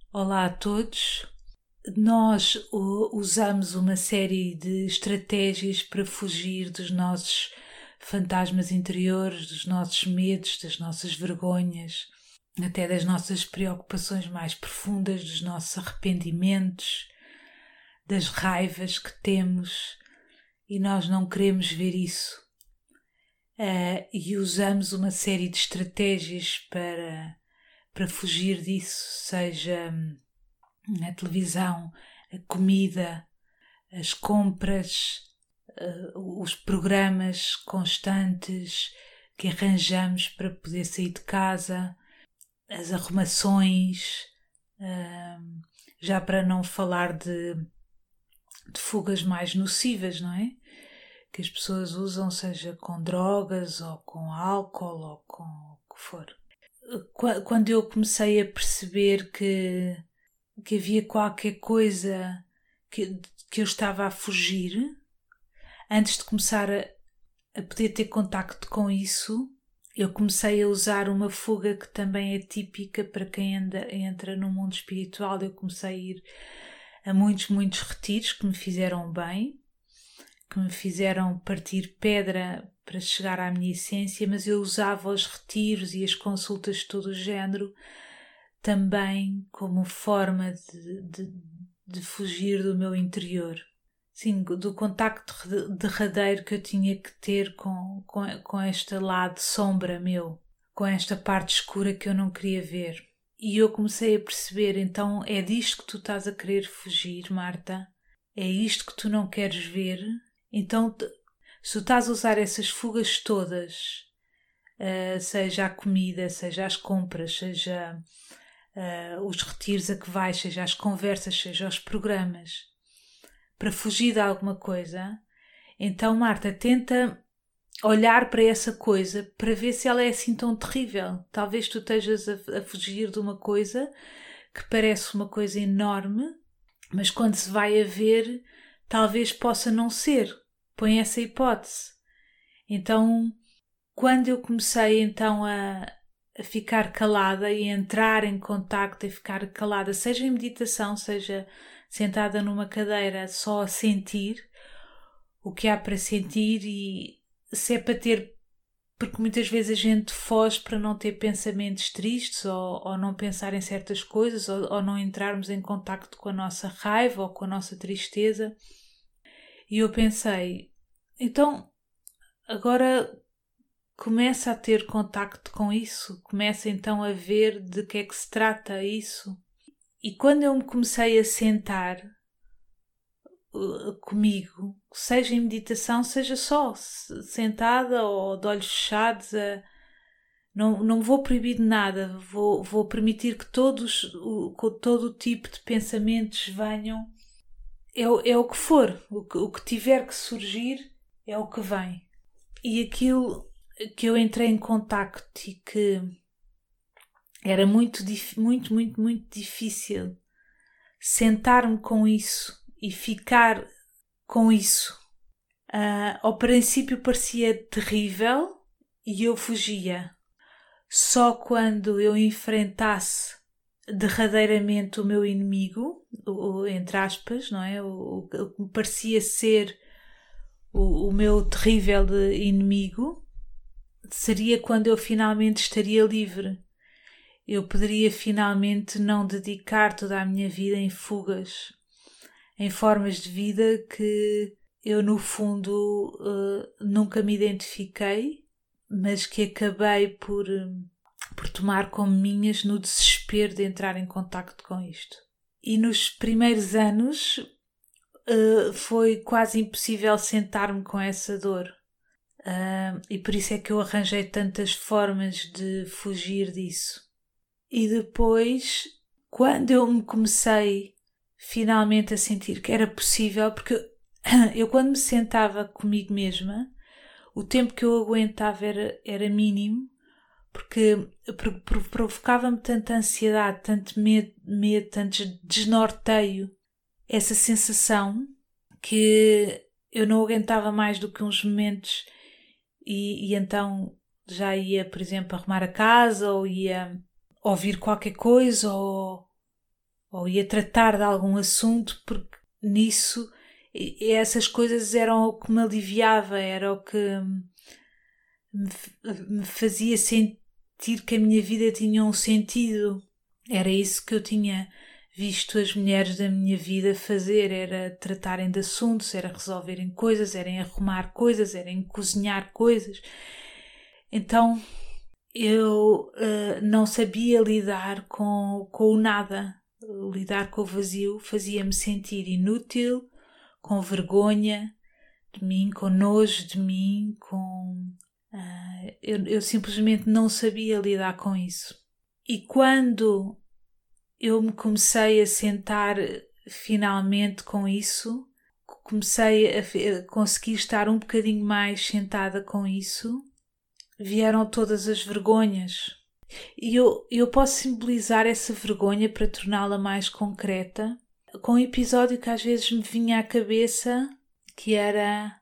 Olá a todos. Nós usamos uma série de estratégias para fugir dos nossos fantasmas interiores, dos nossos medos, das nossas vergonhas, até das nossas preocupações mais profundas, dos nossos arrependimentos, das raivas que temos, e nós não queremos ver isso. E usamos uma série de estratégias para fugir disso, seja na televisão, a comida, as compras, os programas constantes que arranjamos para poder sair de casa, as arrumações, já para não falar de fugas mais nocivas, não é? Que as pessoas usam, seja com drogas ou com álcool ou com o que for. Quando eu comecei a perceber que havia qualquer coisa que eu estava a fugir, antes de começar a poder ter contacto com isso, eu comecei a usar uma fuga que também é típica para quem entra no mundo espiritual. Eu comecei a ir a muitos retiros que me fizeram bem, que me fizeram partir pedra para chegar à minha essência, mas eu usava os retiros e as consultas de todo o género também como forma de fugir do meu interior. Sim, do contacto derradeiro que eu tinha que ter com este lado sombra meu, com esta parte escura que eu não queria ver. E eu comecei a perceber, então é disto que tu estás a querer fugir, Marta? É isto que tu não queres ver? Então, se tu estás a usar essas fugas todas, seja a comida, seja as compras, seja os retiros a que vais, seja as conversas, seja os programas, para fugir de alguma coisa, então, Marta, tenta olhar para essa coisa para ver se ela é assim tão terrível. Talvez tu estejas a fugir de uma coisa que parece uma coisa enorme, mas quando se vai a ver, talvez possa não ser. Põe essa hipótese. Então, quando eu comecei então a ficar calada e a entrar em contacto e ficar calada, seja em meditação, seja sentada numa cadeira só a sentir o que há para sentir, e se é para ter, porque muitas vezes a gente foge para não ter pensamentos tristes ou não pensar em certas coisas ou não entrarmos em contacto com a nossa raiva ou com a nossa tristeza. E eu pensei, então agora começa a ter contacto com isso, começa então a ver de que é que se trata isso. E quando eu me comecei a sentar comigo, seja em meditação, seja só sentada ou de olhos fechados, não vou proibir de nada, vou permitir que todo o tipo de pensamentos venham. É o que for, o que tiver que surgir é o que vem. E aquilo que eu entrei em contacto e que era muito difícil sentar-me com isso e ficar com isso. Ao princípio parecia terrível e eu fugia. Só quando eu enfrentasse derradeiramente o meu inimigo, entre aspas, não é? O que me parecia ser o meu terrível inimigo, seria quando eu finalmente estaria livre. Eu poderia finalmente não dedicar toda a minha vida em fugas, em formas de vida que eu no fundo nunca me identifiquei, mas que acabei por tomar como minhas no desespero de entrar em contacto com isto. E nos primeiros anos foi quase impossível sentar-me com essa dor. E por isso é que eu arranjei tantas formas de fugir disso. E depois, quando eu me comecei finalmente a sentir que era possível, porque eu quando me sentava comigo mesma, o tempo que eu aguentava era mínimo, porque provocava-me tanta ansiedade, tanto medo, tanto desnorteio, essa sensação, que eu não aguentava mais do que uns momentos e então já ia, por exemplo, arrumar a casa ou ia ouvir qualquer coisa ou ou ia tratar de algum assunto, porque nisso essas coisas eram o que me aliviava, era o que me fazia sentir que a minha vida tinha um sentido. Era isso que eu tinha visto as mulheres da minha vida fazer, era tratarem de assuntos, era resolverem coisas, era arrumar coisas, era cozinhar coisas. Então eu não sabia lidar com o nada. Lidar com o vazio fazia-me sentir inútil, com vergonha de mim, com nojo de mim, eu simplesmente não sabia lidar com isso. E quando eu me comecei a sentar finalmente com isso, comecei a conseguir estar um bocadinho mais sentada com isso, vieram todas as vergonhas. E eu posso simbolizar essa vergonha para torná-la mais concreta com um episódio que às vezes me vinha à cabeça, que era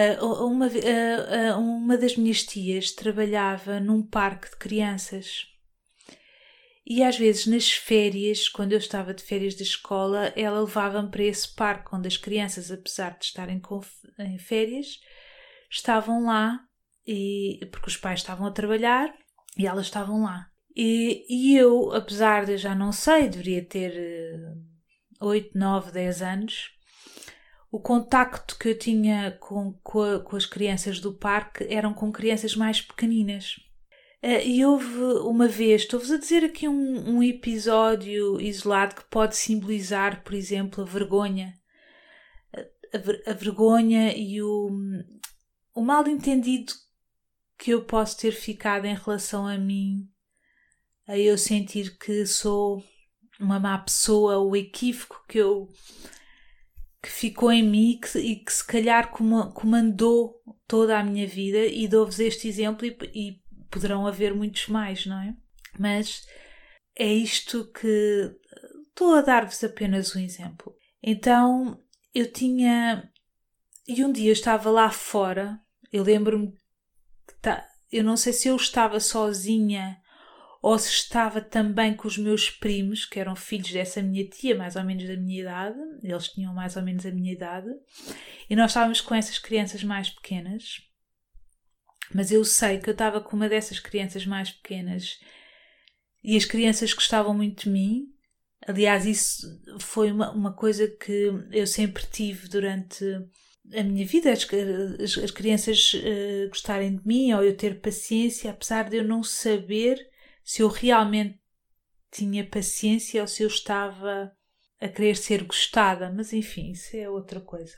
uma das minhas tias trabalhava num parque de crianças. E às vezes nas férias, quando eu estava de férias da escola, ela levava-me para esse parque onde as crianças, apesar de estarem em férias, estavam lá, porque os pais estavam a trabalhar e elas estavam lá. E eu, apesar de eu já não sei, deveria ter 8, 9, 10 anos, o contacto que eu tinha com as crianças do parque eram com crianças mais pequeninas. E houve uma vez, estou-vos a dizer aqui um episódio isolado que pode simbolizar, por exemplo, a vergonha. A vergonha e o mal-entendido que eu posso ter ficado em relação a mim, a eu sentir que sou uma má pessoa, o equívoco que ficou em mim e que se calhar comandou toda a minha vida, e dou-vos este exemplo e poderão haver muitos mais, não é? Mas é isto que estou a dar-vos apenas um exemplo. Então eu tinha... E um dia eu estava lá fora, eu lembro-me eu não sei se eu estava sozinha ou se estava também com os meus primos, que eram filhos dessa minha tia, mais ou menos da minha idade. Eles tinham mais ou menos a minha idade. E nós estávamos com essas crianças mais pequenas. Mas eu sei que eu estava com uma dessas crianças mais pequenas e as crianças gostavam muito de mim. Aliás, isso foi uma coisa que eu sempre tive durante a minha vida, as crianças gostarem de mim, ou eu ter paciência, apesar de eu não saber se eu realmente tinha paciência ou se eu estava a querer ser gostada. Mas enfim, isso é outra coisa.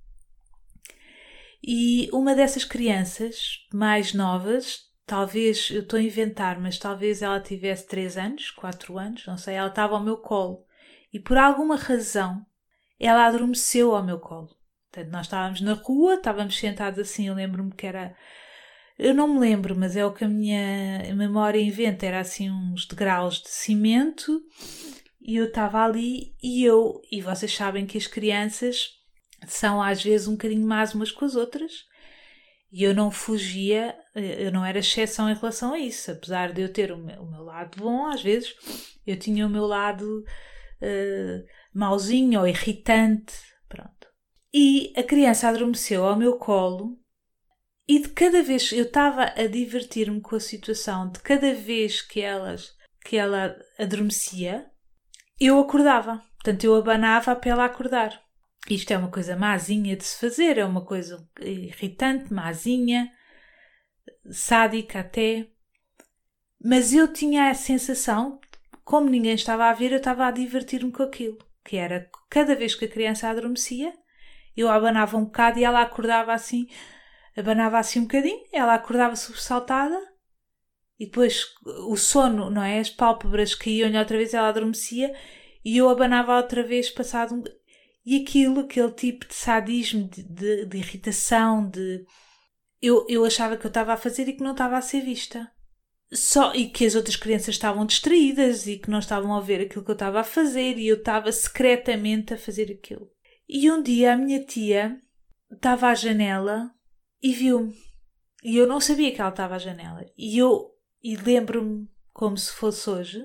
E uma dessas crianças mais novas, talvez, eu estou a inventar, mas talvez ela tivesse 3 anos, 4 anos, não sei, ela estava ao meu colo. E por alguma razão, ela adormeceu ao meu colo. Portanto, nós estávamos na rua, estávamos sentados assim, eu lembro-me que era... Eu não me lembro, mas é o que a minha memória inventa, era assim uns degraus de cimento, e eu estava ali, e vocês sabem que as crianças são às vezes um bocadinho más umas com as outras, e eu não fugia, eu não era exceção em relação a isso, apesar de eu ter o meu lado bom, às vezes eu tinha o meu lado mauzinho ou irritante, pronto. E a criança adormeceu ao meu colo, e de cada vez eu estava a divertir-me com a situação, de cada vez que ela adormecia, eu acordava, portanto eu abanava para ela acordar. Isto é uma coisa mazinha de se fazer, é uma coisa irritante, mazinha, sádica até. Mas eu tinha a sensação, como ninguém estava a ver, eu estava a divertir-me com aquilo. Que era, cada vez que a criança adormecia, eu abanava um bocado e ela acordava assim, abanava assim um bocadinho, ela acordava sobressaltada e depois o sono, não é? As pálpebras caíam-lhe outra vez, ela adormecia e eu abanava outra vez passado E aquele tipo de sadismo, de irritação, eu achava que eu estava a fazer e que não estava a ser vista. E que as outras crianças estavam distraídas e que não estavam a ver aquilo que eu estava a fazer e eu estava secretamente a fazer aquilo. E um dia a minha tia estava à janela e viu-me. E eu não sabia que ela estava à janela. E lembro-me, como se fosse hoje,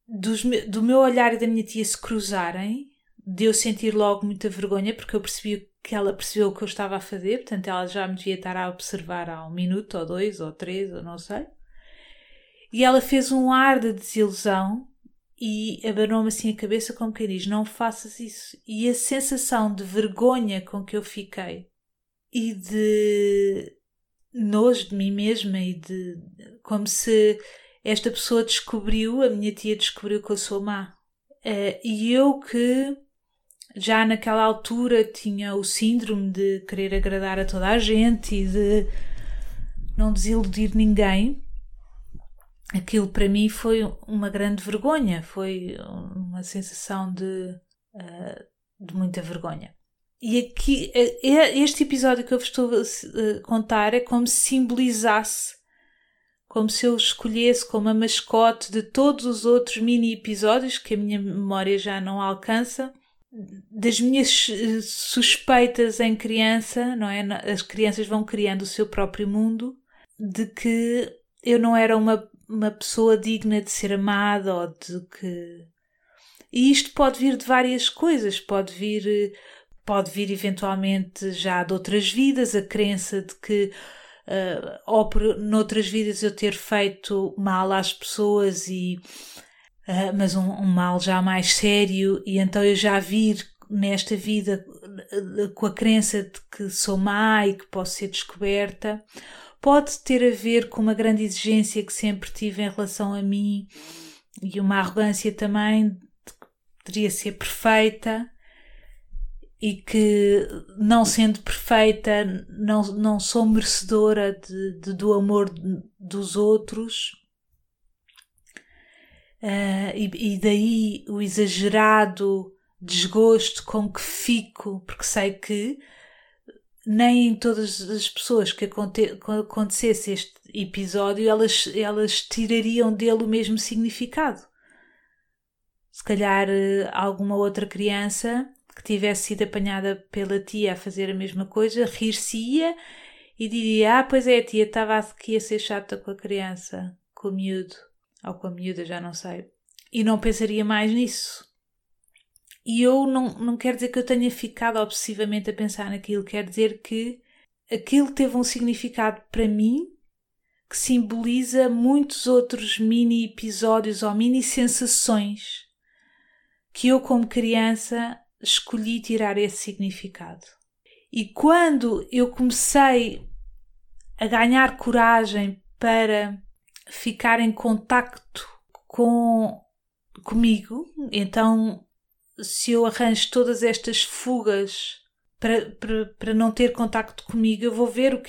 do meu olhar e da minha tia se cruzarem, de eu sentir logo muita vergonha, porque eu percebi que ela percebeu o que eu estava a fazer, portanto ela já me devia estar a observar há 1 minuto, ou 2, ou 3, ou não sei. E ela fez um ar de desilusão e abanou-me assim a cabeça como quem diz, não faças isso. E a sensação de vergonha com que eu fiquei e de nojo de mim mesma e de como se esta pessoa descobriu, a minha tia descobriu que eu sou má. E eu que já naquela altura tinha o síndrome de querer agradar a toda a gente e de não desiludir ninguém, aquilo para mim foi uma grande vergonha, foi uma sensação de muita vergonha. E aqui, este episódio que eu vos estou a contar é como se simbolizasse, como se eu escolhesse como a mascote de todos os outros mini episódios que a minha memória já não alcança, das minhas suspeitas em criança, não é? As crianças vão criando o seu próprio mundo, de que eu não era uma pessoa digna de ser amada, ou de que... E isto pode vir de várias coisas, pode vir eventualmente já de outras vidas, a crença de que ou noutras vidas eu ter feito mal às pessoas, mas um mal já mais sério, e então eu já vir nesta vida com a crença de que sou má e que posso ser descoberta. Pode ter a ver com uma grande exigência que sempre tive em relação a mim e uma arrogância também, de que poderia ser perfeita e que, não sendo perfeita, não sou merecedora do amor dos outros. E daí o exagerado desgosto com que fico, porque sei que nem em todas as pessoas que acontecesse este episódio elas tirariam dele o mesmo significado. Se calhar alguma outra criança que tivesse sido apanhada pela tia a fazer a mesma coisa rir-se-ia e diria, pois é, a tia estava aqui a ser chata com a criança, com o miúdo, ou com a miúda, já não sei, e não pensaria mais nisso. E eu não quero dizer que eu tenha ficado obsessivamente a pensar naquilo, quero dizer que aquilo teve um significado para mim que simboliza muitos outros mini episódios ou mini sensações que eu, como criança, escolhi tirar esse significado. E quando eu comecei a ganhar coragem para ficar em contacto comigo, então se eu arranjo todas estas fugas para não ter contacto comigo, eu vou ver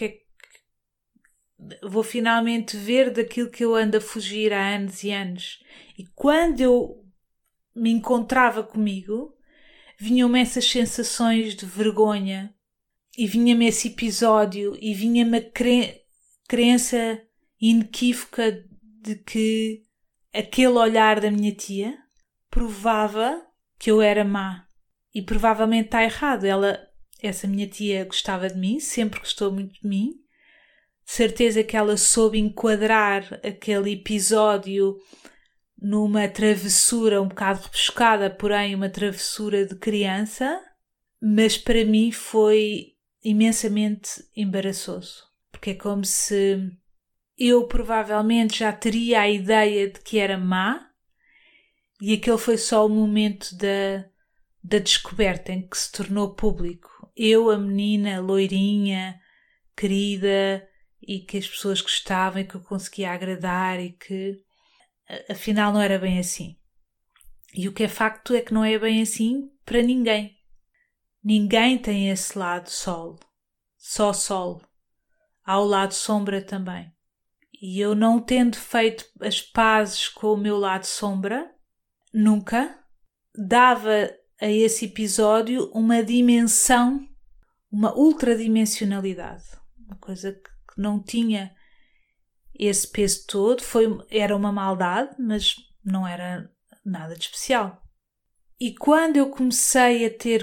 vou finalmente ver daquilo que eu ando a fugir há anos e anos. E quando eu me encontrava comigo, vinham-me essas sensações de vergonha, e vinha-me esse episódio, e vinha-me a crença inequívoca de que aquele olhar da minha tia provava que eu era má. E provavelmente está errado. Essa minha tia gostava de mim, sempre gostou muito de mim. De certeza que ela soube enquadrar aquele episódio numa travessura um bocado rebuscada, porém uma travessura de criança, mas para mim foi imensamente embaraçoso. Porque é como se eu provavelmente já teria a ideia de que era má, e aquele foi só o momento da descoberta em que se tornou público. Eu, a menina loirinha, querida, e que as pessoas gostavam e que eu conseguia agradar, e que afinal não era bem assim. E o que é facto é que não é bem assim para ninguém. Ninguém tem esse lado sol. Só sol. Há o lado sombra também. E eu, não tendo feito as pazes com o meu lado sombra, nunca, dava a esse episódio uma dimensão, uma ultradimensionalidade. Uma coisa que não tinha esse peso todo. Era uma maldade, mas não era nada de especial. E quando eu comecei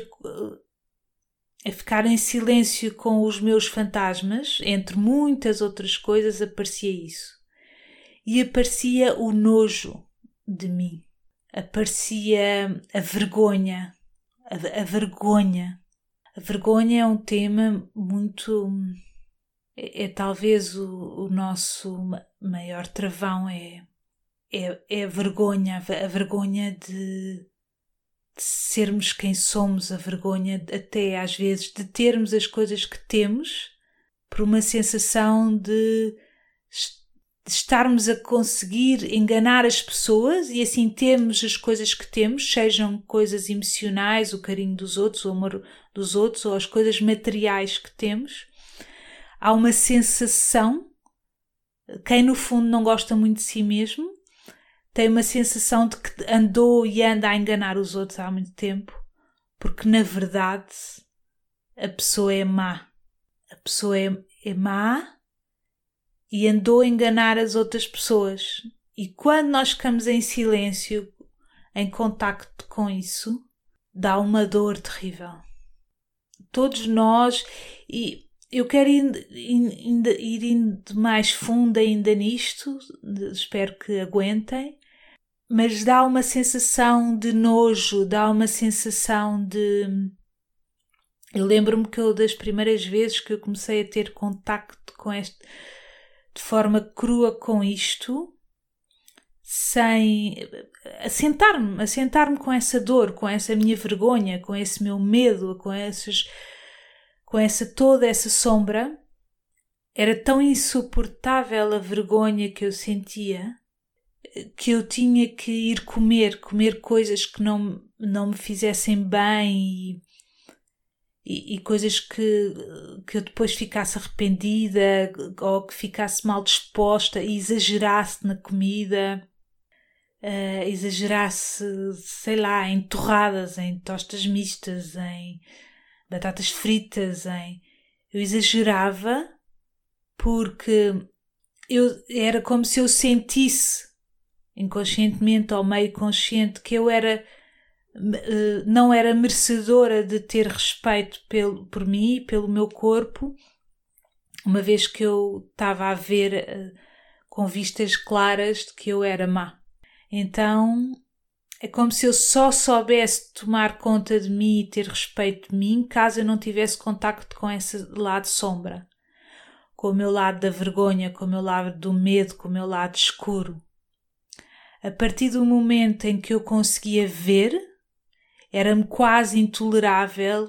a ficar em silêncio com os meus fantasmas, entre muitas outras coisas, aparecia isso. E aparecia o nojo de mim. aparecia a vergonha. A vergonha. A vergonha é um tema muito... É talvez o nosso maior travão, é a vergonha. A vergonha de sermos quem somos, a vergonha até às vezes de termos as coisas que temos por uma sensação de estarmos a conseguir enganar as pessoas e assim termos as coisas que temos, sejam coisas emocionais, o carinho dos outros, o amor dos outros ou as coisas materiais que temos. Há uma sensação, quem no fundo não gosta muito de si mesmo, tem uma sensação de que andou e anda a enganar os outros há muito tempo, porque na verdade a pessoa é má. A pessoa é má e andou a enganar as outras pessoas. E quando nós ficamos em silêncio, em contacto com isso, dá uma dor terrível. Todos nós, e eu quero ir indo mais fundo ainda nisto, espero que aguentem, mas dá uma sensação de nojo, dá uma sensação de... Eu lembro-me que das primeiras vezes que eu comecei a ter contacto com este, de forma crua com isto, sem assentar-me com essa dor, com essa minha vergonha, com esse meu medo, com toda essa sombra, era tão insuportável a vergonha que eu sentia, que eu tinha que ir comer coisas que não me fizessem bem e coisas que eu depois ficasse arrependida ou que ficasse mal disposta e exagerasse na comida, exagerasse, sei lá, em torradas, em tostas mistas, em batatas fritas, eu exagerava porque era como se eu sentisse inconscientemente ou meio consciente que eu não era merecedora de ter respeito por mim, pelo meu corpo, uma vez que eu estava a ver com vistas claras de que eu era má. Então é como se eu só soubesse tomar conta de mim e ter respeito de mim caso eu não tivesse contacto com esse lado sombra, com o meu lado da vergonha, com o meu lado do medo, com o meu lado escuro. A partir do momento em que eu conseguia ver, era-me quase intolerável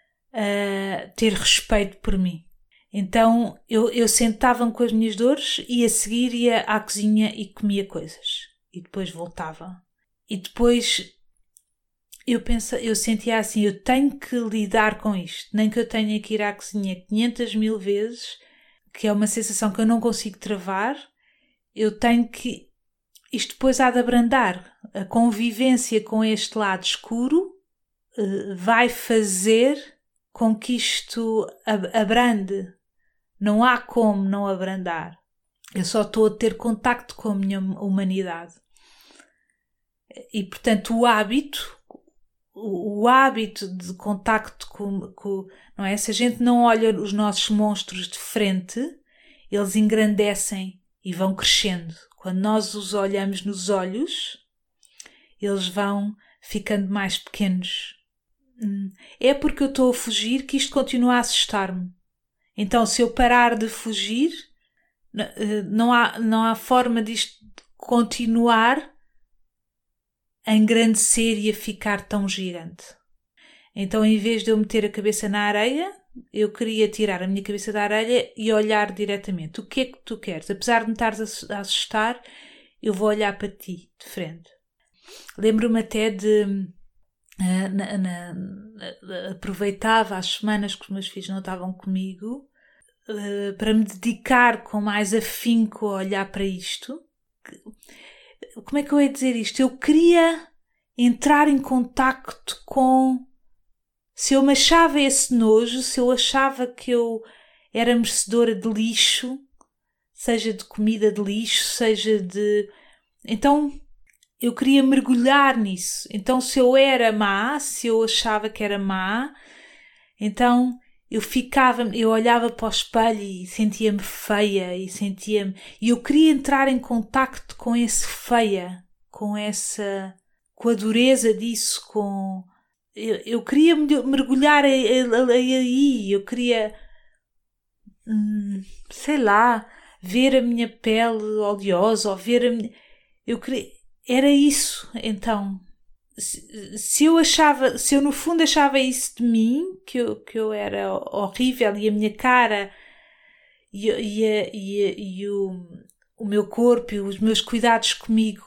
ter respeito por mim. Então eu sentava-me com as minhas dores e a seguir ia à cozinha e comia coisas. E depois voltava. E depois eu sentia assim, eu tenho que lidar com isto. Nem que eu tenha que ir à cozinha 500 mil vezes, que é uma sensação que eu não consigo travar, eu tenho que... Isto depois há de abrandar. A convivência com este lado escuro vai fazer com que isto abrande. Não há como não abrandar. Eu só estou a ter contacto com a minha humanidade. E, portanto, o hábito de contacto com... Não é? Se a gente não olha os nossos monstros de frente, eles engrandecem e vão crescendo. Quando nós os olhamos nos olhos, eles vão ficando mais pequenos. É porque eu estou a fugir que isto continua a assustar-me. Então, se eu parar de fugir, não há forma disto continuar a engrandecer e a ficar tão gigante. Então, em vez de eu meter a cabeça na areia, eu queria tirar a minha cabeça da areia e olhar diretamente. O que é que tu queres? Apesar de me estares a assustar, eu vou olhar para ti, de frente. Lembro-me até de... aproveitava as semanas que os meus filhos não estavam comigo para me dedicar com mais afinco a olhar para isto. Como é que eu ia dizer isto? Eu queria entrar em contacto com... Se eu me achava esse nojo, se eu achava que eu era merecedora de lixo, seja de comida de lixo, seja de... Então eu queria mergulhar nisso. Então se eu era má, se eu achava que era má, então eu olhava para o espelho e sentia-me feia e eu queria entrar em contacto com esse feia, com com a dureza disso, eu queria mergulhar aí, eu queria, sei lá, ver a minha pele oleosa, ou ver a minha... Eu queria... Era isso, então. Se eu no fundo achava isso de mim, que eu era horrível, e a minha cara e o meu corpo e os meus cuidados comigo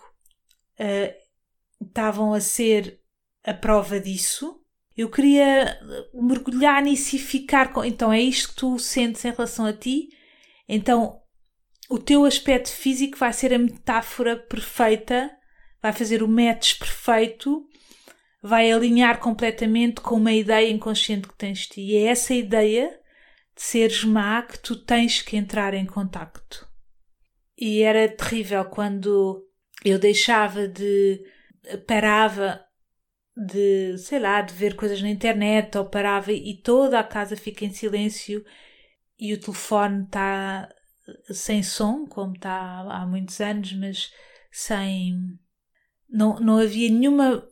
estavam a ser a prova disso, eu queria mergulhar nisso e ficar com... Então é isto que tu sentes em relação a ti, então o teu aspecto físico vai ser a metáfora perfeita, vai fazer o match perfeito, vai alinhar completamente com uma ideia inconsciente que tens de ti. E é essa ideia de seres má que tu tens que entrar em contacto. E era terrível quando eu parava de, sei lá, de ver coisas na internet, ou parava e toda a casa fica em silêncio e o telefone está sem som, como está há muitos anos, mas sem... Não havia nenhuma...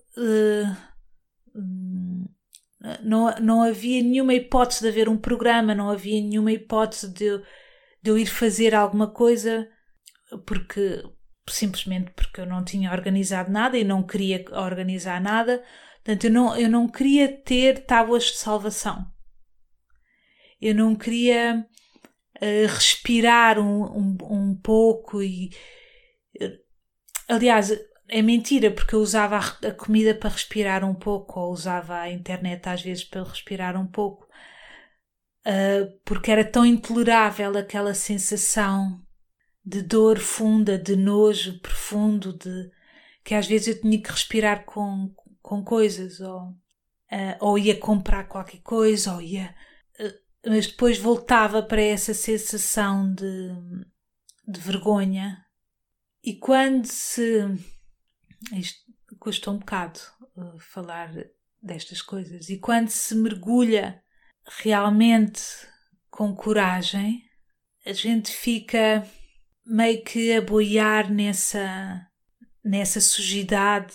Não havia nenhuma hipótese de haver um programa, não havia nenhuma hipótese de eu ir fazer alguma coisa, simplesmente porque eu não tinha organizado nada e não queria organizar nada. Portanto, eu não queria ter tábuas de salvação. Eu não queria respirar um pouco e... Aliás, é mentira, porque eu usava a comida para respirar um pouco, ou usava a internet às vezes para respirar um pouco, porque era tão intolerável aquela sensação de dor funda, de nojo profundo, que às vezes eu tinha que respirar com coisas, ou ia comprar qualquer coisa, mas depois voltava para essa sensação de vergonha. E quando isto custa um bocado falar destas coisas, e quando se mergulha realmente com coragem, a gente fica meio que a boiar nessa sujidade,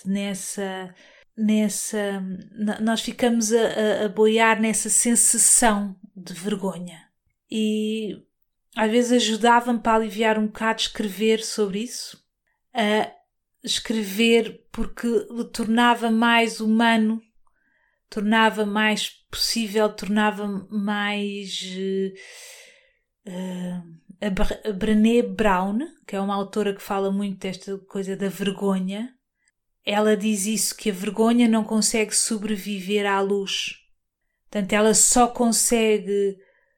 nós ficamos a boiar nessa sensação de vergonha. E às vezes ajudava-me para aliviar um bocado escrever sobre isso, escrever porque o tornava mais humano, tornava mais possível, tornava mais... a Brené Brown, que é uma autora que fala muito desta coisa da vergonha, ela diz isso, que a vergonha não consegue sobreviver à luz. Portanto, ela só consegue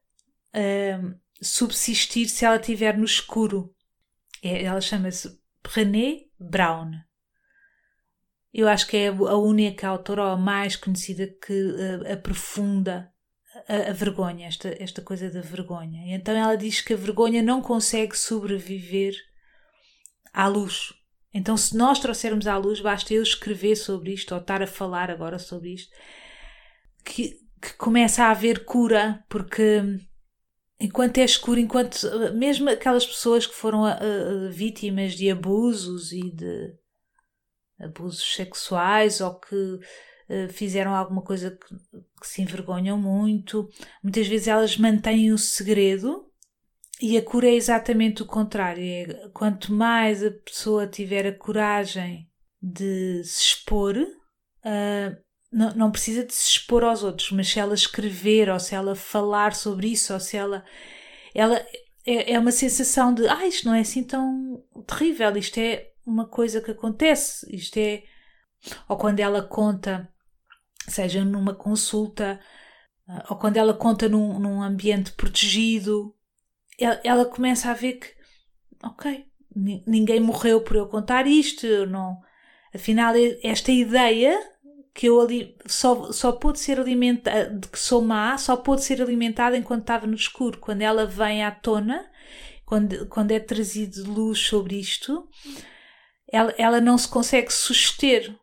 subsistir se ela estiver no escuro. Ela chama-se Brené Brown. Eu acho que é a única autora, ou a mais conhecida, que aprofunda a vergonha, esta coisa da vergonha. E então ela diz que a vergonha não consegue sobreviver à luz. Então, se nós trouxermos à luz, basta eu escrever sobre isto, ou estar a falar agora sobre isto, que começa a haver cura, porque enquanto é escuro, mesmo aquelas pessoas que foram vítimas de abusos e de abusos sexuais, ou que fizeram alguma coisa que se envergonham muito, muitas vezes elas mantêm o segredo, e a cura é exatamente o contrário. Quanto mais a pessoa tiver a coragem de se expor, não precisa de se expor aos outros, mas se ela escrever, ou se ela falar sobre isso, ou se ela é uma sensação de isto não é assim tão terrível, isto é uma coisa que acontece, isto é... Ou quando ela conta, seja numa consulta, ou quando ela conta num ambiente protegido, ela começa a ver que, ok, ninguém morreu por eu contar isto, não. Afinal, esta ideia que eu ali só pôde ser alimentada, de que sou má, só pôde ser alimentada enquanto estava no escuro. Quando ela vem à tona, quando é trazido luz sobre isto, ela não se consegue suster,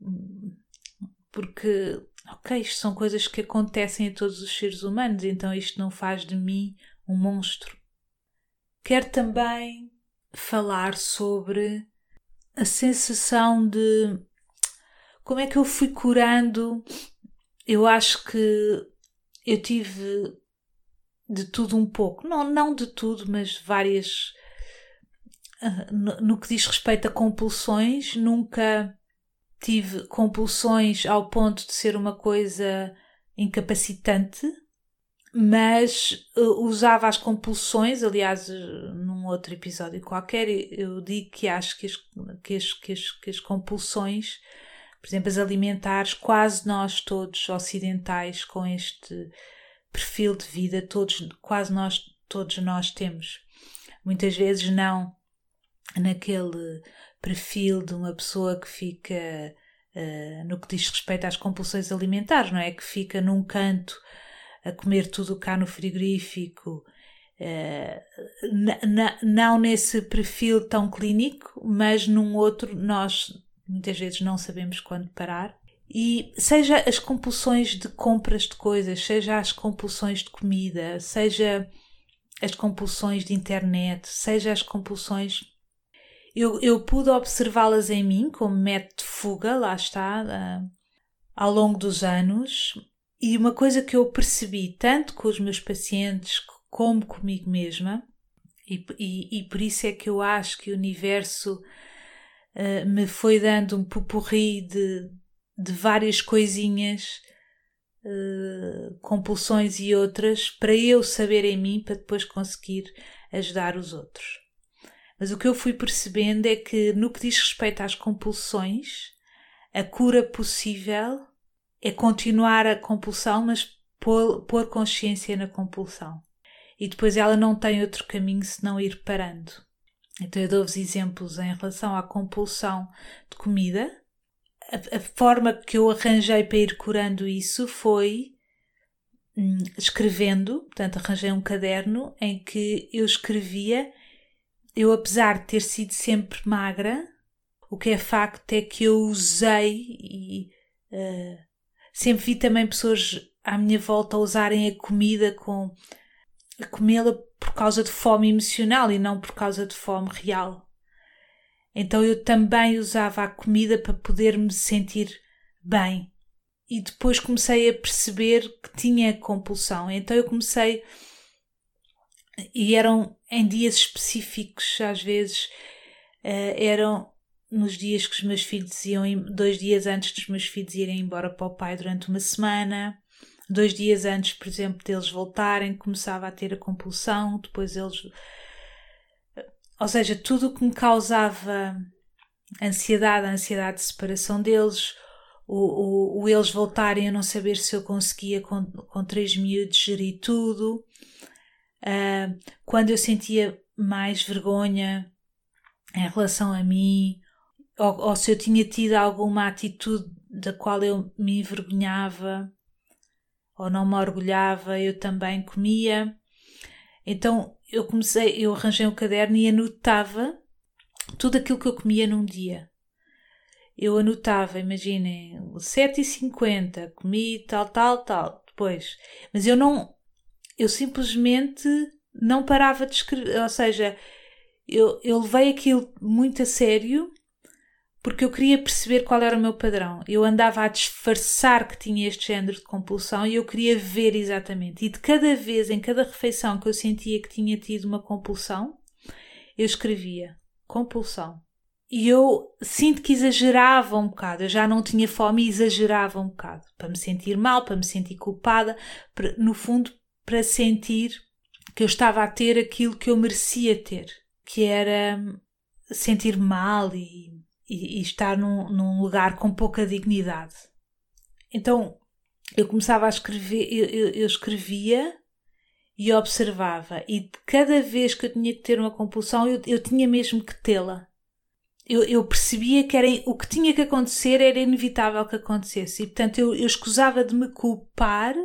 porque, ok, isto são coisas que acontecem a todos os seres humanos, então isto não faz de mim um monstro. Quero também falar sobre a sensação de como é que eu fui curando? Eu acho que eu tive de tudo um pouco. Não de tudo, mas várias... No que diz respeito a compulsões, nunca tive compulsões ao ponto de ser uma coisa incapacitante, mas usava as compulsões. Aliás, num outro episódio qualquer, eu digo que acho que as compulsões, por exemplo, as alimentares, quase nós todos ocidentais com este perfil de vida, todos nós temos. Muitas vezes não naquele perfil de uma pessoa que fica, no que diz respeito às compulsões alimentares, não é? Que fica num canto a comer tudo cá no frigorífico, não nesse perfil tão clínico, mas num outro nós muitas vezes não sabemos quando parar. E seja as compulsões de compras de coisas, seja as compulsões de comida, seja as compulsões de internet, seja as compulsões... Eu pude observá-las em mim como método de fuga, lá está, ao longo dos anos. E uma coisa que eu percebi, tanto com os meus pacientes como comigo mesma, e por isso é que eu acho que o universo me foi dando um pupurri de várias coisinhas, compulsões e outras, para eu saber em mim, para depois conseguir ajudar os outros. Mas o que eu fui percebendo é que, no que diz respeito às compulsões, a cura possível é continuar a compulsão, mas pôr consciência na compulsão. E depois ela não tem outro caminho senão ir parando. Então eu dou-vos exemplos em relação à compulsão de comida. A forma que eu arranjei para ir curando isso foi escrevendo. Portanto, arranjei um caderno em que eu escrevia. Eu, apesar de ter sido sempre magra, o que é facto é que eu usei e sempre vi também pessoas à minha volta a usarem a comida a comê-la por causa de fome emocional e não por causa de fome real. Então eu também usava a comida para poder me sentir bem. E depois comecei a perceber que tinha compulsão. Então eu comecei... E eram em dias específicos, às vezes eram nos dias que os meus filhos iam, 2 dias antes dos meus filhos irem embora para o pai durante uma semana, 2 dias antes, por exemplo, deles voltarem, começava a ter a compulsão, depois eles... Ou seja, tudo o que me causava ansiedade, a ansiedade de separação deles, o eles voltarem a não saber se eu conseguia com 3 miúdos gerir tudo... quando eu sentia mais vergonha em relação a mim, ou se eu tinha tido alguma atitude da qual eu me envergonhava ou não me orgulhava, eu também comia. Então eu arranjei um caderno e anotava tudo aquilo que eu comia num dia. Eu anotava, imaginem, 7h50, comi tal, depois. Mas eu simplesmente não parava de escrever, ou seja, eu levei aquilo muito a sério porque eu queria perceber qual era o meu padrão. Eu andava a disfarçar que tinha este género de compulsão e eu queria ver exatamente. E de cada vez, em cada refeição que eu sentia que tinha tido uma compulsão, eu escrevia compulsão. E eu sinto que exagerava um bocado. Eu já não tinha fome e exagerava um bocado. Para me sentir mal, para me sentir culpada, no fundo, para sentir que eu estava a ter aquilo que eu merecia ter, que era sentir mal e estar num lugar com pouca dignidade. Então eu começava a escrever, eu escrevia e observava, e de cada vez que eu tinha que ter uma compulsão eu tinha mesmo que tê-la. Eu percebia que o que tinha que acontecer era inevitável que acontecesse, e portanto eu escusava de me culpar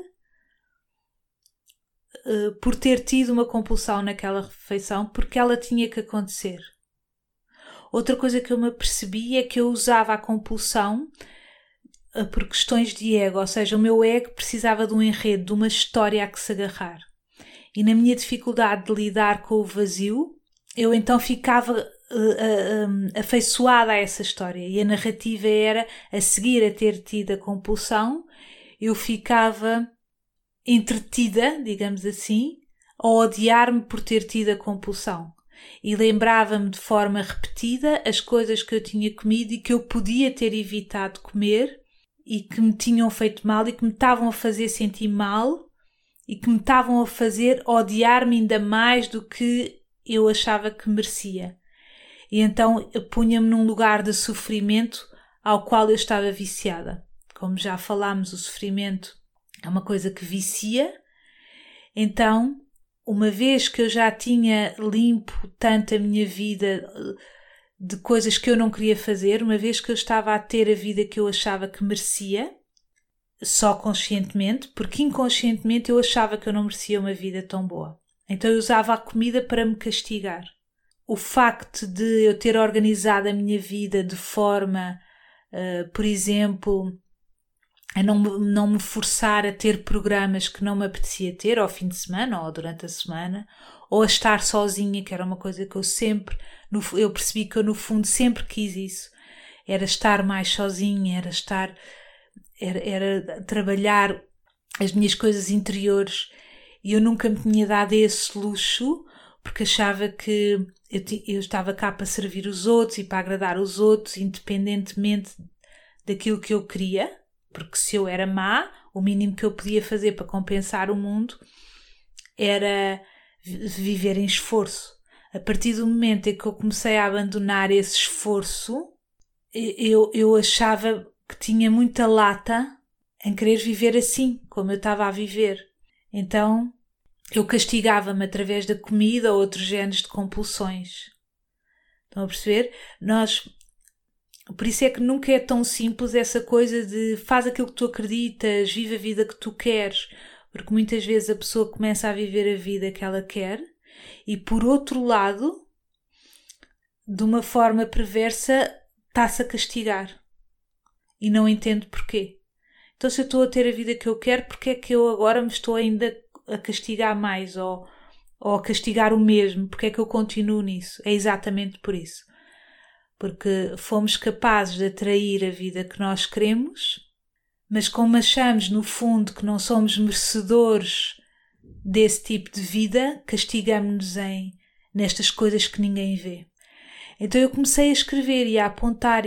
por ter tido uma compulsão naquela refeição, porque ela tinha que acontecer. Outra coisa que eu me apercebi é que eu usava a compulsão por questões de ego, ou seja, o meu ego precisava de um enredo, de uma história a que se agarrar. E na minha dificuldade de lidar com o vazio, eu então ficava afeiçoada a essa história. E a narrativa era, a seguir a ter tido a compulsão, eu ficava entretida, digamos assim, a odiar-me por ter tido a compulsão. E lembrava-me de forma repetida as coisas que eu tinha comido e que eu podia ter evitado comer e que me tinham feito mal e que me estavam a fazer sentir mal e que me estavam a fazer odiar-me ainda mais do que eu achava que merecia. E então eu punha-me num lugar de sofrimento ao qual eu estava viciada. Como já falámos, o sofrimento é uma coisa que vicia. Então, uma vez que eu já tinha limpo tanto a minha vida de coisas que eu não queria fazer, uma vez que eu estava a ter a vida que eu achava que merecia, só conscientemente, porque inconscientemente eu achava que eu não merecia uma vida tão boa. Então eu usava a comida para me castigar. O facto de eu ter organizado a minha vida de forma, por exemplo, a não me forçar a ter programas que não me apetecia ter ao fim de semana ou durante a semana, ou a estar sozinha, que era uma coisa que eu percebi que eu no fundo sempre quis isso, era estar mais sozinha, era trabalhar as minhas coisas interiores, e eu nunca me tinha dado esse luxo, porque achava que eu estava cá para servir os outros e para agradar os outros, independentemente daquilo que eu queria, porque se eu era má, o mínimo que eu podia fazer para compensar o mundo era viver em esforço. A partir do momento em que eu comecei a abandonar esse esforço, eu achava que tinha muita lata em querer viver assim, como eu estava a viver. Então, eu castigava-me através da comida ou outros géneros de compulsões. Estão a perceber? Por isso é que nunca é tão simples essa coisa de faz aquilo que tu acreditas, vive a vida que tu queres, porque muitas vezes a pessoa começa a viver a vida que ela quer e, por outro lado, de uma forma perversa, está-se a castigar e não entende porquê. Então, se eu estou a ter a vida que eu quero, porque é que eu agora me estou ainda a castigar mais ou a castigar o mesmo? Porque é que eu continuo nisso? É exatamente por isso. Porque fomos capazes de atrair a vida que nós queremos, mas como achamos no fundo que não somos merecedores desse tipo de vida, castigamos-nos nestas coisas que ninguém vê. Então eu comecei a escrever e a apontar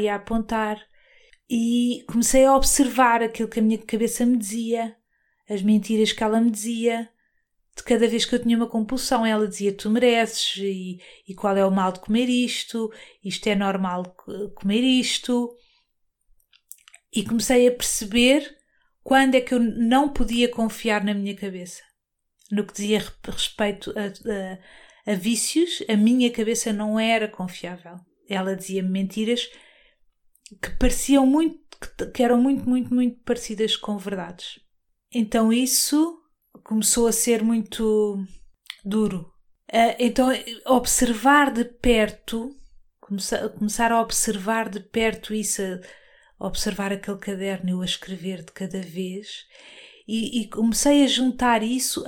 e comecei a observar aquilo que a minha cabeça me dizia, as mentiras que ela me dizia. De cada vez que eu tinha uma compulsão, ela dizia tu mereces e qual é o mal de comer isto é normal comer isto. E comecei a perceber quando é que eu não podia confiar na minha cabeça. No que dizia respeito a vícios, a minha cabeça não era confiável. Ela dizia-me mentiras que pareciam muito, que eram muito, muito, muito parecidas com verdades. Então isso começou a ser muito duro. Então observar de perto, começar a observar de perto isso, a observar aquele caderno, eu a escrever de cada vez, e comecei a juntar isso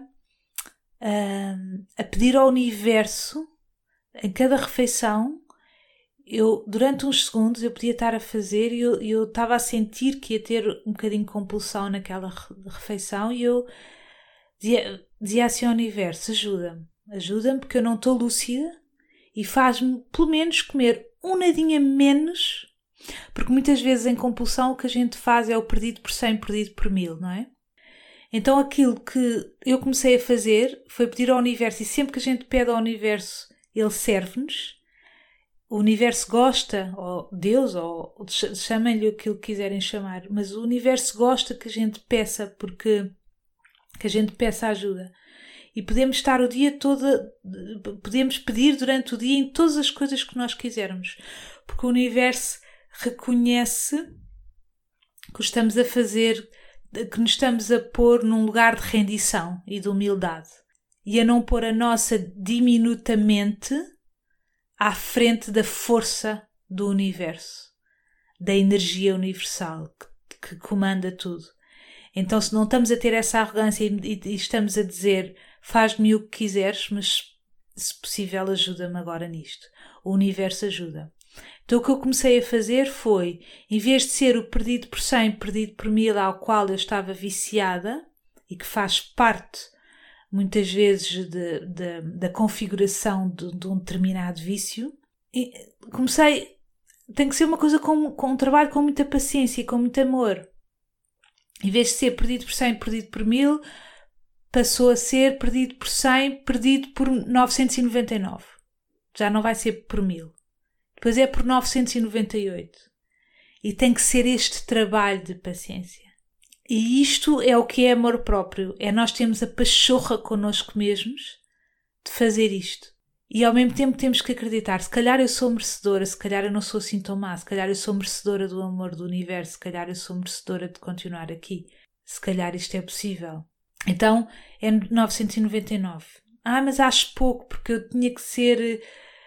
a pedir ao universo, em cada refeição, durante uns segundos eu podia estar a fazer e eu estava a sentir que ia ter um bocadinho de compulsão naquela refeição e eu dizia assim ao universo, ajuda-me porque eu não estou lúcida e faz-me pelo menos comer um nadinha menos, porque muitas vezes em compulsão o que a gente faz é o perdido por 100, perdido por 1000, não é? Então aquilo que eu comecei a fazer foi pedir ao universo, e sempre que a gente pede ao universo ele serve-nos. O universo gosta, ou Deus, ou chamem-lhe aquilo que quiserem chamar, mas o universo gosta que a gente peça, porque que a gente peça ajuda. E podemos estar o dia todo, podemos pedir durante o dia em todas as coisas que nós quisermos, porque o universo reconhece que o estamos a fazer, que nos estamos a pôr num lugar de rendição e de humildade, e a não pôr a nossa diminutamente à frente da força do universo, da energia universal que comanda tudo. Então, se não estamos a ter essa arrogância e estamos a dizer faz-me o que quiseres, mas se possível ajuda-me agora nisto. o universo ajuda. Então o que eu comecei a fazer foi, em vez de ser o perdido por 100, perdido por 1000 ao qual eu estava viciada, e que faz parte muitas vezes da configuração de um determinado vício, tem que ser uma coisa com um trabalho com muita paciência e com muito amor. Em vez de ser perdido por 100, perdido por 1000, passou a ser perdido por 100, perdido por 999. Já não vai ser por 1000. Depois é por 998. E tem que ser este trabalho de paciência. E isto é o que é amor próprio. É nós termos a pachorra connosco mesmos de fazer isto. E ao mesmo tempo temos que acreditar, se calhar eu sou merecedora, se calhar eu não sou assim tão má, se calhar eu sou merecedora do amor do universo, se calhar eu sou merecedora de continuar aqui, se calhar isto é possível. Então é 999. Mas acho pouco, porque eu tinha que ser...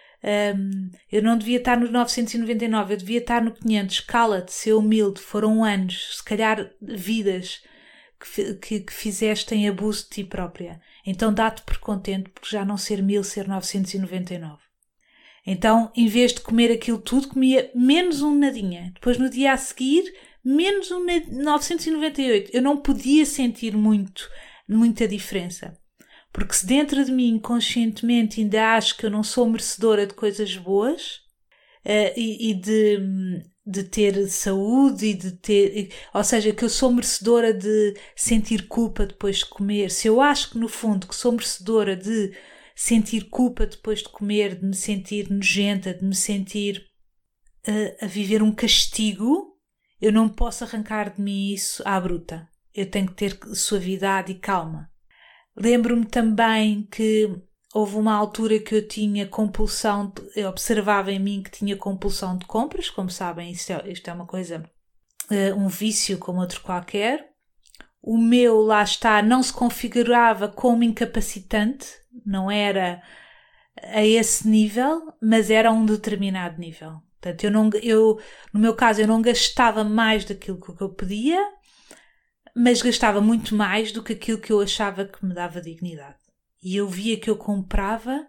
eu não devia estar no 999, eu devia estar no 500. Cala-te, ser humilde, foram anos, se calhar vidas que fizeste em abuso de ti própria. Então dá-te por contente, porque já não ser 1000, ser 999. Então, em vez de comer aquilo tudo, comia menos um nadinha. Depois, no dia a seguir, menos um 998. Eu não podia sentir muita diferença. Porque se dentro de mim, conscientemente, ainda acho que eu não sou merecedora de coisas boas e de ter saúde e de ter... Ou seja, que eu sou merecedora de sentir culpa depois de comer. Se eu acho que, no fundo, que sou merecedora de sentir culpa depois de comer, de me sentir nojenta, de me sentir a viver um castigo, eu não posso arrancar de mim isso à bruta. Eu tenho que ter suavidade e calma. Lembro-me também que houve uma altura que eu tinha compulsão, eu observava em mim que tinha compulsão de compras, como sabem, isto é uma coisa, um vício como outro qualquer. O meu, lá está, não se configurava como incapacitante, não era a esse nível, mas era a um determinado nível. Portanto, no meu caso, eu não gastava mais daquilo que eu pedia, mas gastava muito mais do que aquilo que eu achava que me dava dignidade. E eu via que eu comprava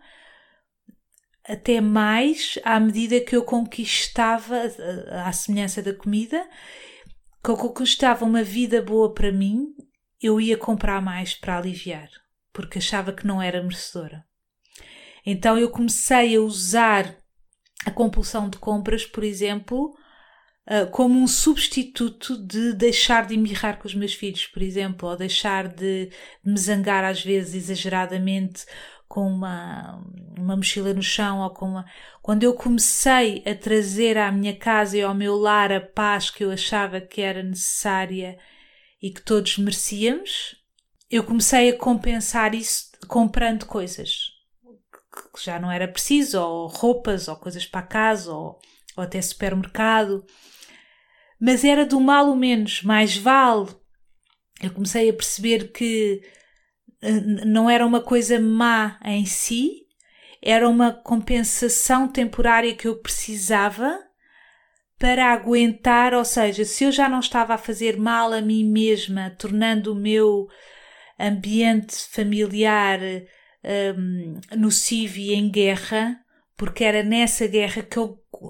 até mais à medida que eu conquistava, à semelhança da comida, que eu conquistava uma vida boa para mim, eu ia comprar mais para aliviar, porque achava que não era merecedora. Então eu comecei a usar a compulsão de compras, por exemplo, como um substituto de deixar de embirrar com os meus filhos, por exemplo, ou deixar de me zangar às vezes exageradamente com uma mochila no chão, ou quando eu comecei a trazer à minha casa e ao meu lar a paz que eu achava que era necessária e que todos merecíamos, eu comecei a compensar isso comprando coisas que já não era preciso, ou roupas, ou coisas para casa, ou até supermercado. Mas era do mal o menos, mais vale. Eu comecei a perceber que não era uma coisa má em si, era uma compensação temporária que eu precisava para aguentar, ou seja, se eu já não estava a fazer mal a mim mesma, tornando o meu ambiente familiar nocivo e em guerra, porque era nessa guerra que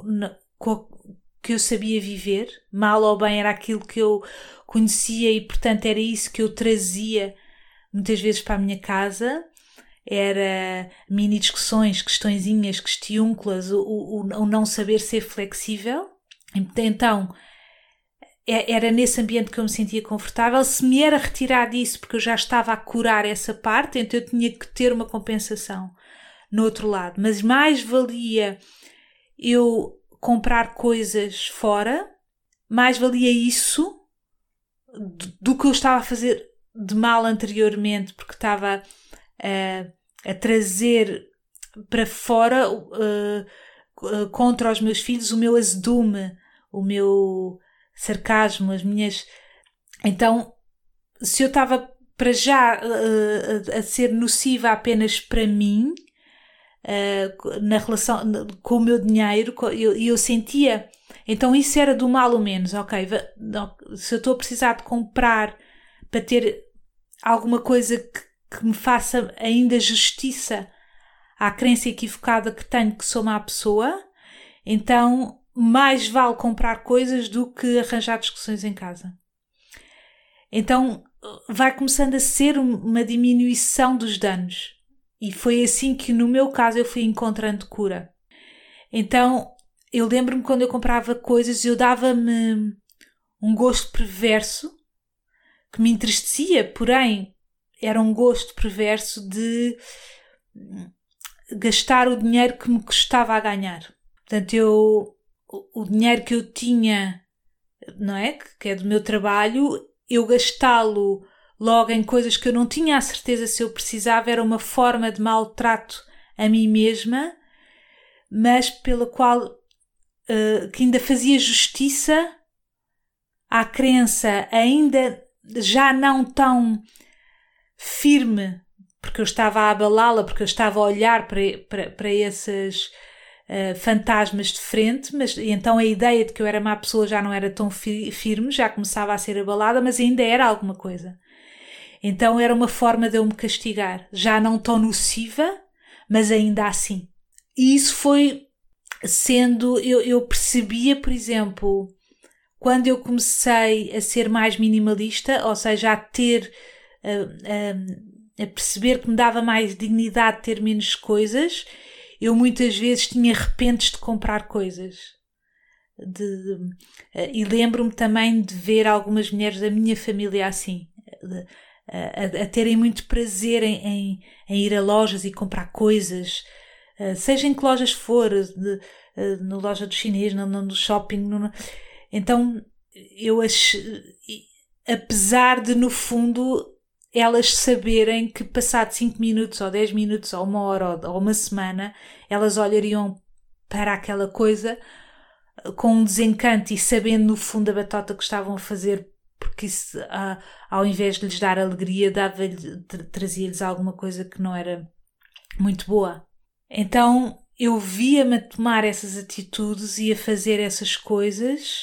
eu sabia viver, mal ou bem era aquilo que eu conhecia e portanto era isso que eu trazia muitas vezes para a minha casa, era mini discussões, questõezinhas, questiúnculas, o não saber ser flexível. Então era nesse ambiente que eu me sentia confortável. Se me era retirar disso porque eu já estava a curar essa parte, então eu tinha que ter uma compensação no outro lado, mas mais valia eu comprar coisas fora, mais valia isso do que eu estava a fazer de mal anteriormente, porque estava a trazer para fora contra os meus filhos o meu azedume, o meu sarcasmo, as minhas... Então, se eu estava para já a ser nociva apenas para mim, na relação com o meu dinheiro, e eu sentia, então isso era do mal ou menos, ok, se eu estou a precisar de comprar para ter alguma coisa que me faça ainda justiça à crença equivocada que tenho que sou má pessoa, então mais vale comprar coisas do que arranjar discussões em casa. Então vai começando a ser uma diminuição dos danos. E foi assim que no meu caso eu fui encontrando cura. Então eu lembro-me quando eu comprava coisas, eu dava-me um gosto perverso que me entristecia, porém era um gosto perverso de gastar o dinheiro que me custava a ganhar. Portanto, o dinheiro que eu tinha, não é? Que é do meu trabalho, eu gastá-lo logo em coisas que eu não tinha a certeza se eu precisava, era uma forma de maltrato a mim mesma, mas pela qual que ainda fazia justiça à crença ainda já não tão firme, porque eu estava a abalá-la, porque eu estava a olhar para esses fantasmas de frente, mas então a ideia de que eu era má pessoa já não era tão firme, já começava a ser abalada, mas ainda era alguma coisa. Então era uma forma de eu me castigar, já não tão nociva, mas ainda assim. E isso foi sendo, eu percebia, por exemplo, quando eu comecei a ser mais minimalista, ou seja, a perceber que me dava mais dignidade ter menos coisas, eu muitas vezes tinha repentes de comprar coisas. E lembro-me também de ver algumas mulheres da minha família assim, a terem muito prazer em ir a lojas e comprar coisas, seja em que lojas for, na loja do chinês, no shopping. Então, eu apesar de, no fundo, elas saberem que passado 5 minutos, ou 10 minutos, ou 1 hora, ou uma semana, elas olhariam para aquela coisa com um desencanto e sabendo no fundo a batota que estavam a fazer, porque isso, ao invés de lhes dar alegria, trazia-lhes alguma coisa que não era muito boa. Então eu via-me a tomar essas atitudes e a fazer essas coisas,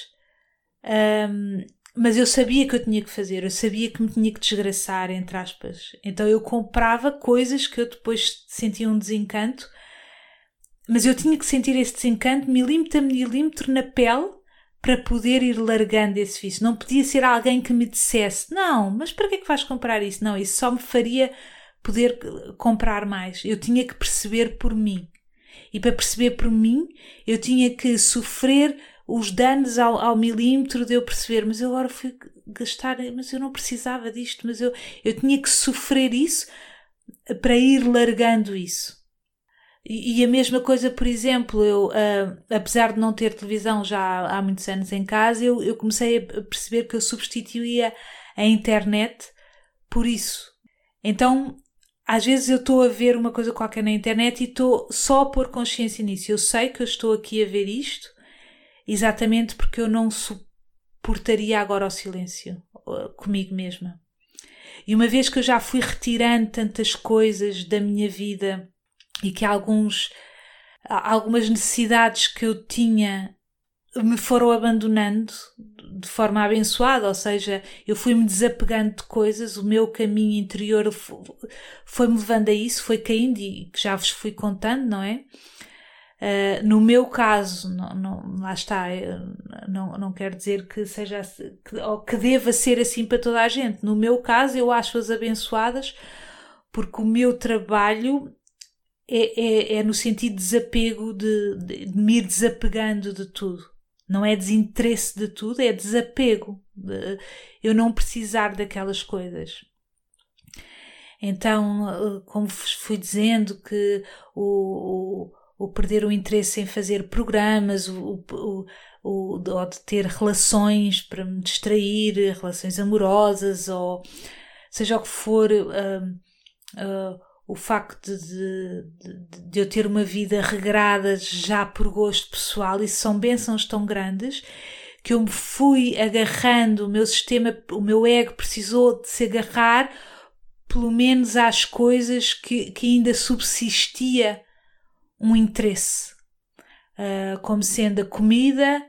mas eu sabia que eu tinha que fazer, eu sabia que me tinha que desgraçar, entre aspas. Então eu comprava coisas que eu depois sentia um desencanto, mas eu tinha que sentir esse desencanto milímetro a milímetro na pele para poder ir largando esse vício. Não podia ser alguém que me dissesse, não, mas para que é que vais comprar isso? Não, isso só me faria poder comprar mais. Eu tinha que perceber por mim. E para perceber por mim, eu tinha que sofrer os danos ao milímetro de eu perceber, mas eu agora fui gastar, mas eu não precisava disto, mas eu tinha que sofrer isso para ir largando isso. E a mesma coisa, por exemplo, eu, apesar de não ter televisão já há muitos anos em casa, eu comecei a perceber que eu substituía a internet por isso. Então, às vezes eu estou a ver uma coisa qualquer na internet e estou só a pôr consciência nisso. Eu sei que eu estou aqui a ver isto exatamente porque eu não suportaria agora o silêncio comigo mesma. E uma vez que eu já fui retirando tantas coisas da minha vida e que algumas necessidades que eu tinha me foram abandonando de forma abençoada, ou seja, eu fui-me desapegando de coisas, o meu caminho interior foi-me levando a isso, foi caindo e que já vos fui contando, não é? No meu caso, lá está, não quero dizer que seja ou que deva ser assim para toda a gente. No meu caso, eu acho-as abençoadas porque o meu trabalho é no sentido de desapego, de me ir desapegando de tudo. Não é desinteresse de tudo, é desapego. Eu não precisar daquelas coisas. Então, como fui dizendo, que o perder o interesse em fazer programas, ou de ter relações para me distrair, relações amorosas, ou seja o que for, o facto de eu ter uma vida regrada já por gosto pessoal, isso são bênçãos tão grandes que eu me fui agarrando, o meu sistema, o meu ego precisou de se agarrar pelo menos às coisas que ainda subsistia um interesse, como sendo a comida,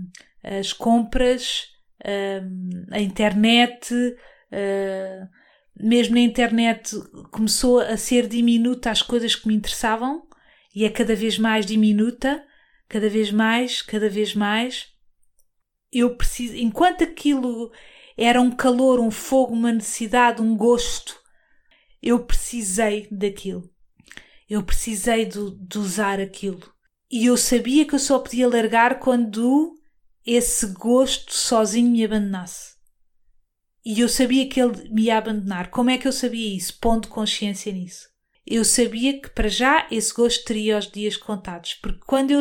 as compras, a internet, mesmo na internet, começou a ser diminuta as coisas que me interessavam e é cada vez mais diminuta, cada vez mais. Eu preciso, enquanto aquilo era um calor, um fogo, uma necessidade, um gosto, eu precisei daquilo. Eu precisei de usar aquilo. E eu sabia que eu só podia largar quando esse gosto sozinho me abandonasse. E eu sabia que ele me ia abandonar. Como é que eu sabia isso? Pondo consciência nisso. Eu sabia que para já esse gosto teria os dias contados. Porque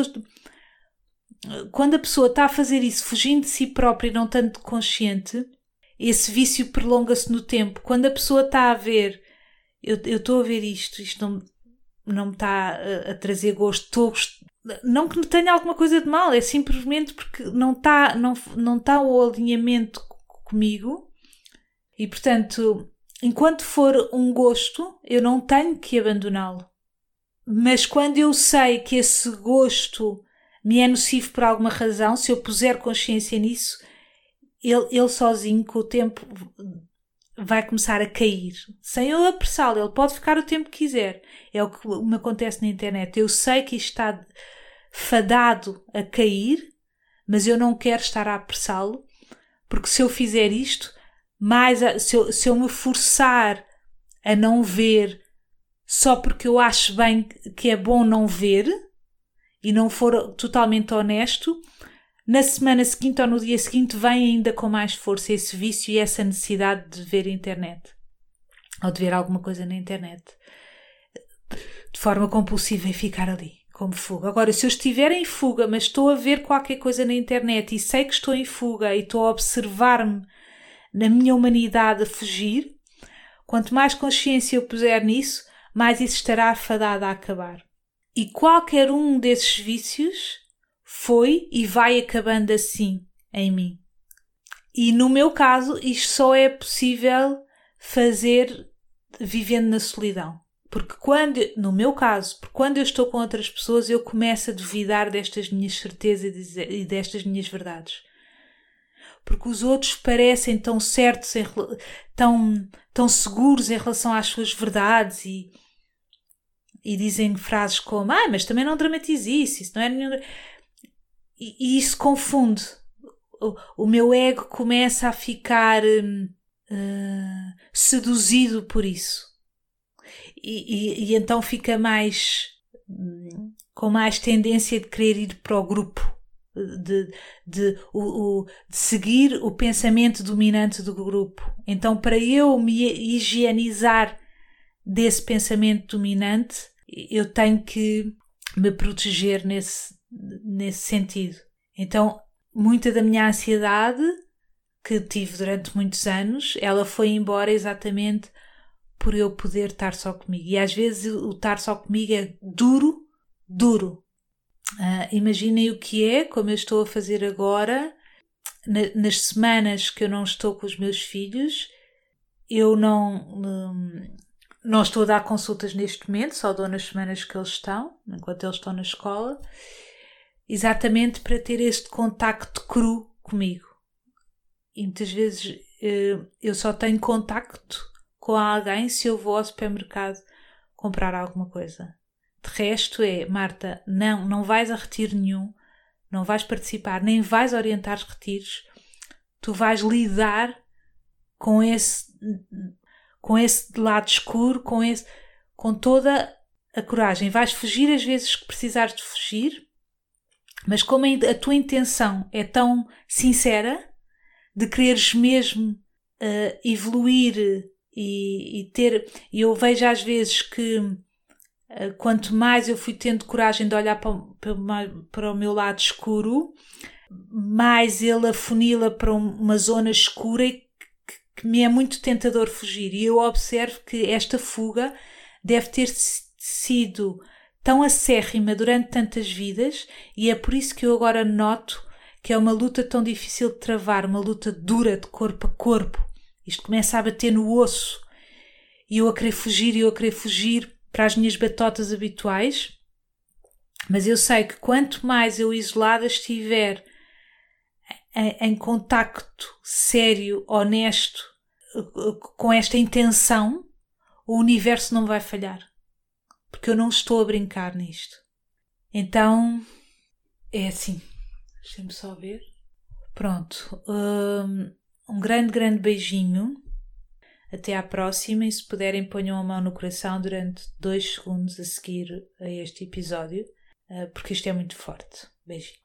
quando a pessoa está a fazer isso fugindo de si própria e não tanto consciente, esse vício prolonga-se no tempo. Quando a pessoa está a ver, eu estou a ver isto não me está a trazer gosto, não que tenha alguma coisa de mal, é simplesmente porque não está o alinhamento comigo e, portanto, enquanto for um gosto, eu não tenho que abandoná-lo. Mas quando eu sei que esse gosto me é nocivo por alguma razão, se eu puser consciência nisso, ele sozinho, com o tempo, vai começar a cair, sem eu apressá-lo. Ele pode ficar o tempo que quiser. É o que me acontece na internet. Eu sei que isto está fadado a cair, mas eu não quero estar a apressá-lo, porque se eu fizer isto, se eu me forçar a não ver só porque eu acho bem que é bom não ver e não for totalmente honesto, na semana seguinte ou no dia seguinte vem ainda com mais força esse vício e essa necessidade de ver a internet. Ou de ver alguma coisa na internet. De forma compulsiva e ficar ali, como fuga. Agora, se eu estiver em fuga, mas estou a ver qualquer coisa na internet e sei que estou em fuga e estou a observar-me na minha humanidade a fugir, quanto mais consciência eu puser nisso, mais isso estará fadado a acabar. E qualquer um desses vícios foi e vai acabando assim em mim. E no meu caso, isto só é possível fazer vivendo na solidão. Porque no meu caso, quando eu estou com outras pessoas, eu começo a duvidar destas minhas certezas e destas minhas verdades. Porque os outros parecem tão certos, tão seguros em relação às suas verdades e dizem frases como mas também não dramatize isso não é nenhum... E isso confunde. O meu ego começa a ficar seduzido por isso. E então fica com mais tendência de querer ir para o grupo, de seguir o pensamento dominante do grupo. Então, para eu me higienizar desse pensamento dominante, eu tenho que me proteger nesse sentido. Então, muita da minha ansiedade que tive durante muitos anos, ela foi embora exatamente por eu poder estar só comigo. E às vezes o estar só comigo é duro. Imaginem o que é, como eu estou a fazer agora, nas semanas que eu não estou com os meus filhos, eu não estou a dar consultas neste momento, só dou nas semanas que eles estão, enquanto eles estão na escola, exatamente para ter este contacto cru comigo. E muitas vezes eu só tenho contacto com alguém se eu vou ao supermercado comprar alguma coisa. De resto Marta, não vais a retiro nenhum, não vais participar, nem vais orientar os retiros, tu vais lidar com esse lado escuro, com toda a coragem. Vais fugir às vezes que precisares de fugir, mas como a tua intenção é tão sincera, de quereres mesmo evoluir e ter... Eu vejo às vezes que quanto mais eu fui tendo coragem de olhar para o meu lado escuro, mais ele afunila para uma zona escura e que me é muito tentador fugir. E eu observo que esta fuga deve ter sido tão acérrima durante tantas vidas, e é por isso que eu agora noto que é uma luta tão difícil de travar, uma luta dura de corpo a corpo. Isto começa a bater no osso e eu a querer fugir para as minhas batotas habituais, mas eu sei que quanto mais eu isolada estiver em contacto sério, honesto, com esta intenção, o universo não vai falhar. Porque eu não estou a brincar nisto. Então, é assim. Deixem-me só ver. Pronto. Um grande, grande beijinho. Até à próxima. E se puderem, ponham a mão no coração durante 2 segundos a seguir a este episódio. Porque isto é muito forte. Beijinho.